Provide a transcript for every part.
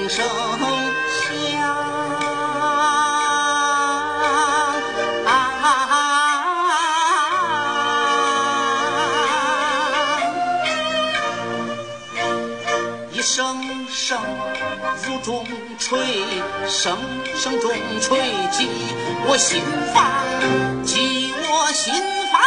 铃声响。声声如钟锤，声声中锤击我心房，击我心房。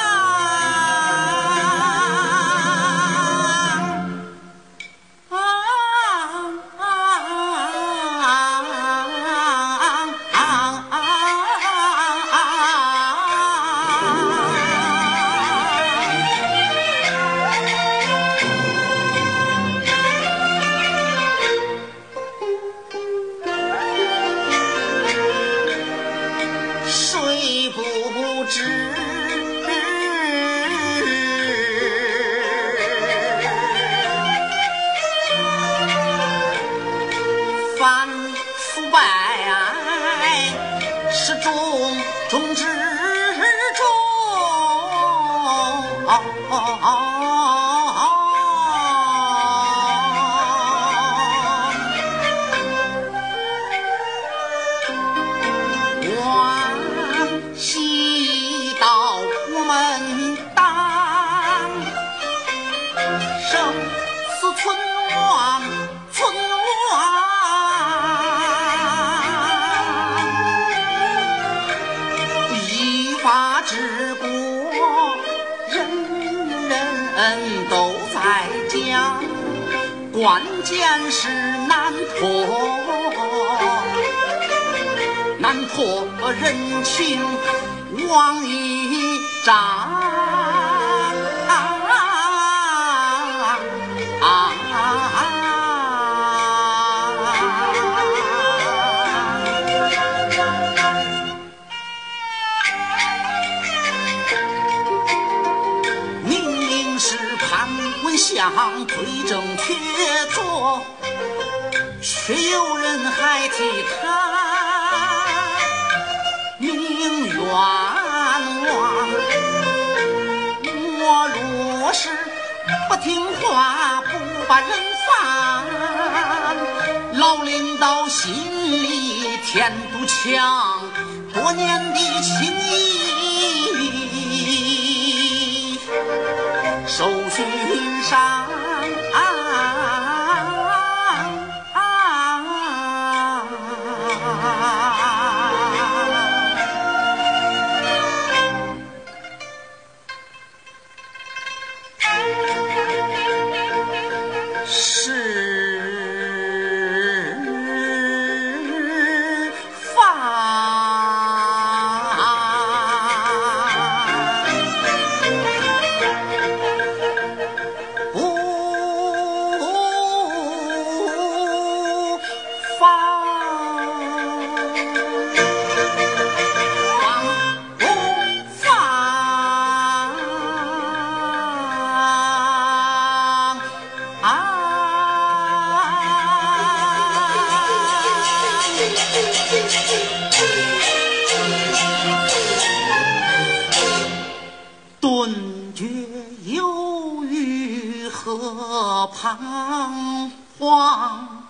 中之中，关系到我们党生死存亡，存亡。治国人人都在讲，关键是难破人情往一张。想对症却做，却有人还替他命冤枉。我若是不听话，不把人放，老领导心里添堵墙，多年的情谊手心上。顿觉忧郁和彷徨，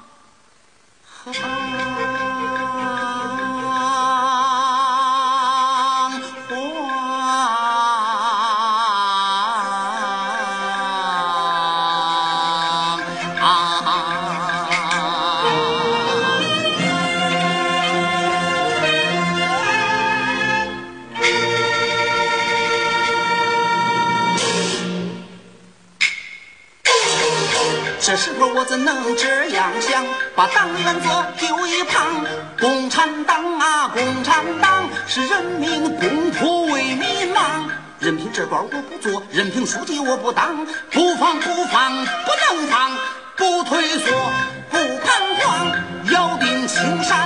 这时候我怎能这样想，把党原则丢一旁。共产党啊，共产党是人民公仆为民忙。任凭这官我不做，任凭书记我不当，不放，不能放，不退缩，不彷徨，咬定青山